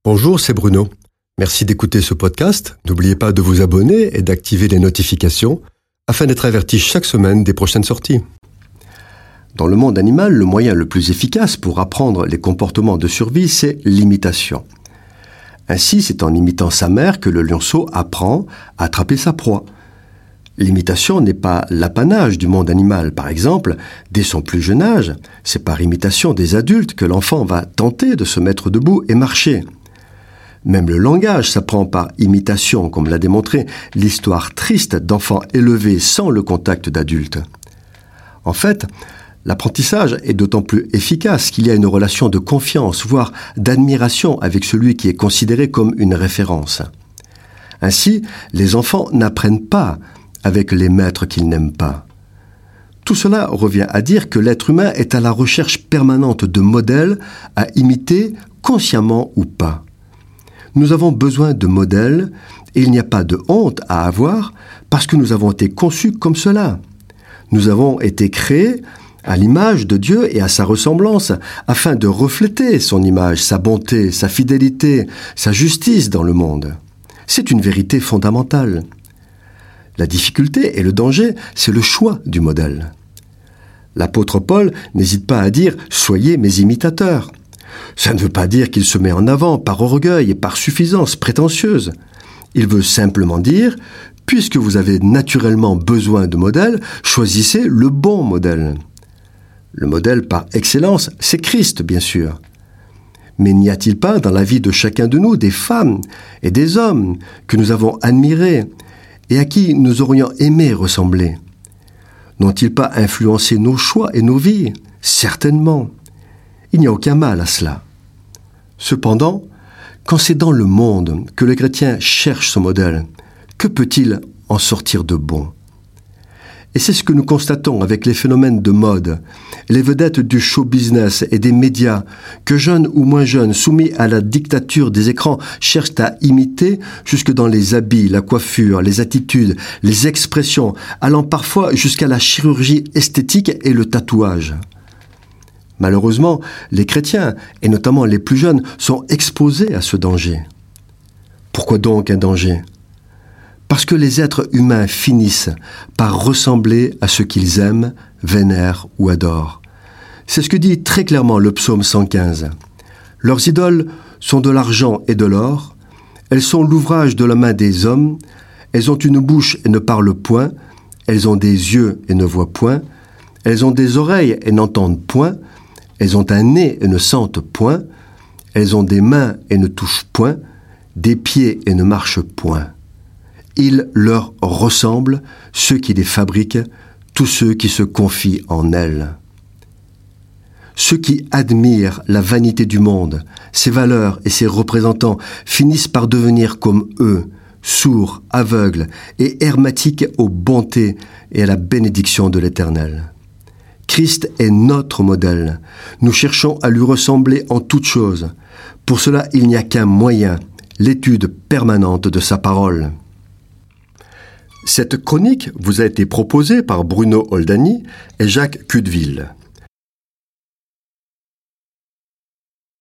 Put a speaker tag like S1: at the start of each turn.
S1: Bonjour, c'est Bruno. Merci d'écouter ce podcast. N'oubliez pas de vous abonner et d'activer les notifications afin d'être averti chaque semaine des prochaines sorties. Dans le monde animal, le moyen le plus efficace pour apprendre les comportements de survie, c'est l'imitation. Ainsi, c'est en imitant sa mère que le lionceau apprend à attraper sa proie. L'imitation n'est pas l'apanage du monde animal. Par exemple, dès son plus jeune âge, c'est par imitation des adultes que l'enfant va tenter de se mettre debout et marcher. Même le langage s'apprend par imitation, comme l'a démontré l'histoire triste d'enfants élevés sans le contact d'adultes. En fait, l'apprentissage est d'autant plus efficace qu'il y a une relation de confiance, voire d'admiration avec celui qui est considéré comme une référence. Ainsi, les enfants n'apprennent pas avec les maîtres qu'ils n'aiment pas. Tout cela revient à dire que l'être humain est à la recherche permanente de modèles à imiter, consciemment ou pas. Nous avons besoin de modèles et il n'y a pas de honte à avoir parce que nous avons été conçus comme cela. Nous avons été créés à l'image de Dieu et à sa ressemblance afin de refléter son image, sa bonté, sa fidélité, sa justice dans le monde. C'est une vérité fondamentale. La difficulté et le danger, c'est le choix du modèle. L'apôtre Paul n'hésite pas à dire « Soyez mes imitateurs ». Ça ne veut pas dire qu'il se met en avant par orgueil et par suffisance prétentieuse. Il veut simplement dire « Puisque vous avez naturellement besoin de modèles, choisissez le bon modèle ». Le modèle par excellence, c'est Christ, bien sûr. Mais n'y a-t-il pas dans la vie de chacun de nous des femmes et des hommes que nous avons admirés et à qui nous aurions aimé ressembler? N'ont-ils pas influencé nos choix et nos vies? Certainement. Il n'y a aucun mal à cela. Cependant, quand c'est dans le monde que le chrétien cherche son modèle, que peut-il en sortir de bon? Et c'est ce que nous constatons avec les phénomènes de mode, les vedettes du show business et des médias, que jeunes ou moins jeunes, soumis à la dictature des écrans, cherchent à imiter jusque dans les habits, la coiffure, les attitudes, les expressions, allant parfois jusqu'à la chirurgie esthétique et le tatouage. Malheureusement, les chrétiens, et notamment les plus jeunes, sont exposés à ce danger. Pourquoi donc un danger ? Parce que les êtres humains finissent par ressembler à ce qu'ils aiment, vénèrent ou adorent. C'est ce que dit très clairement le psaume 115. Leurs idoles sont de l'argent et de l'or, elles sont l'ouvrage de la main des hommes, elles ont une bouche et ne parlent point, elles ont des yeux et ne voient point, elles ont des oreilles et n'entendent point, elles ont un nez et ne sentent point, elles ont des mains et ne touchent point, des pieds et ne marchent point. Ils leur ressemblent, ceux qui les fabriquent, tous ceux qui se confient en elles. Ceux qui admirent la vanité du monde, ses valeurs et ses représentants finissent par devenir comme eux, sourds, aveugles et hermétiques aux bontés et à la bénédiction de l'Éternel. Christ est notre modèle. Nous cherchons à lui ressembler en toutes choses. Pour cela, il n'y a qu'un moyen, l'étude permanente de sa parole. Cette chronique vous a été proposée par Bruno Oldani et Jacques Cudeville.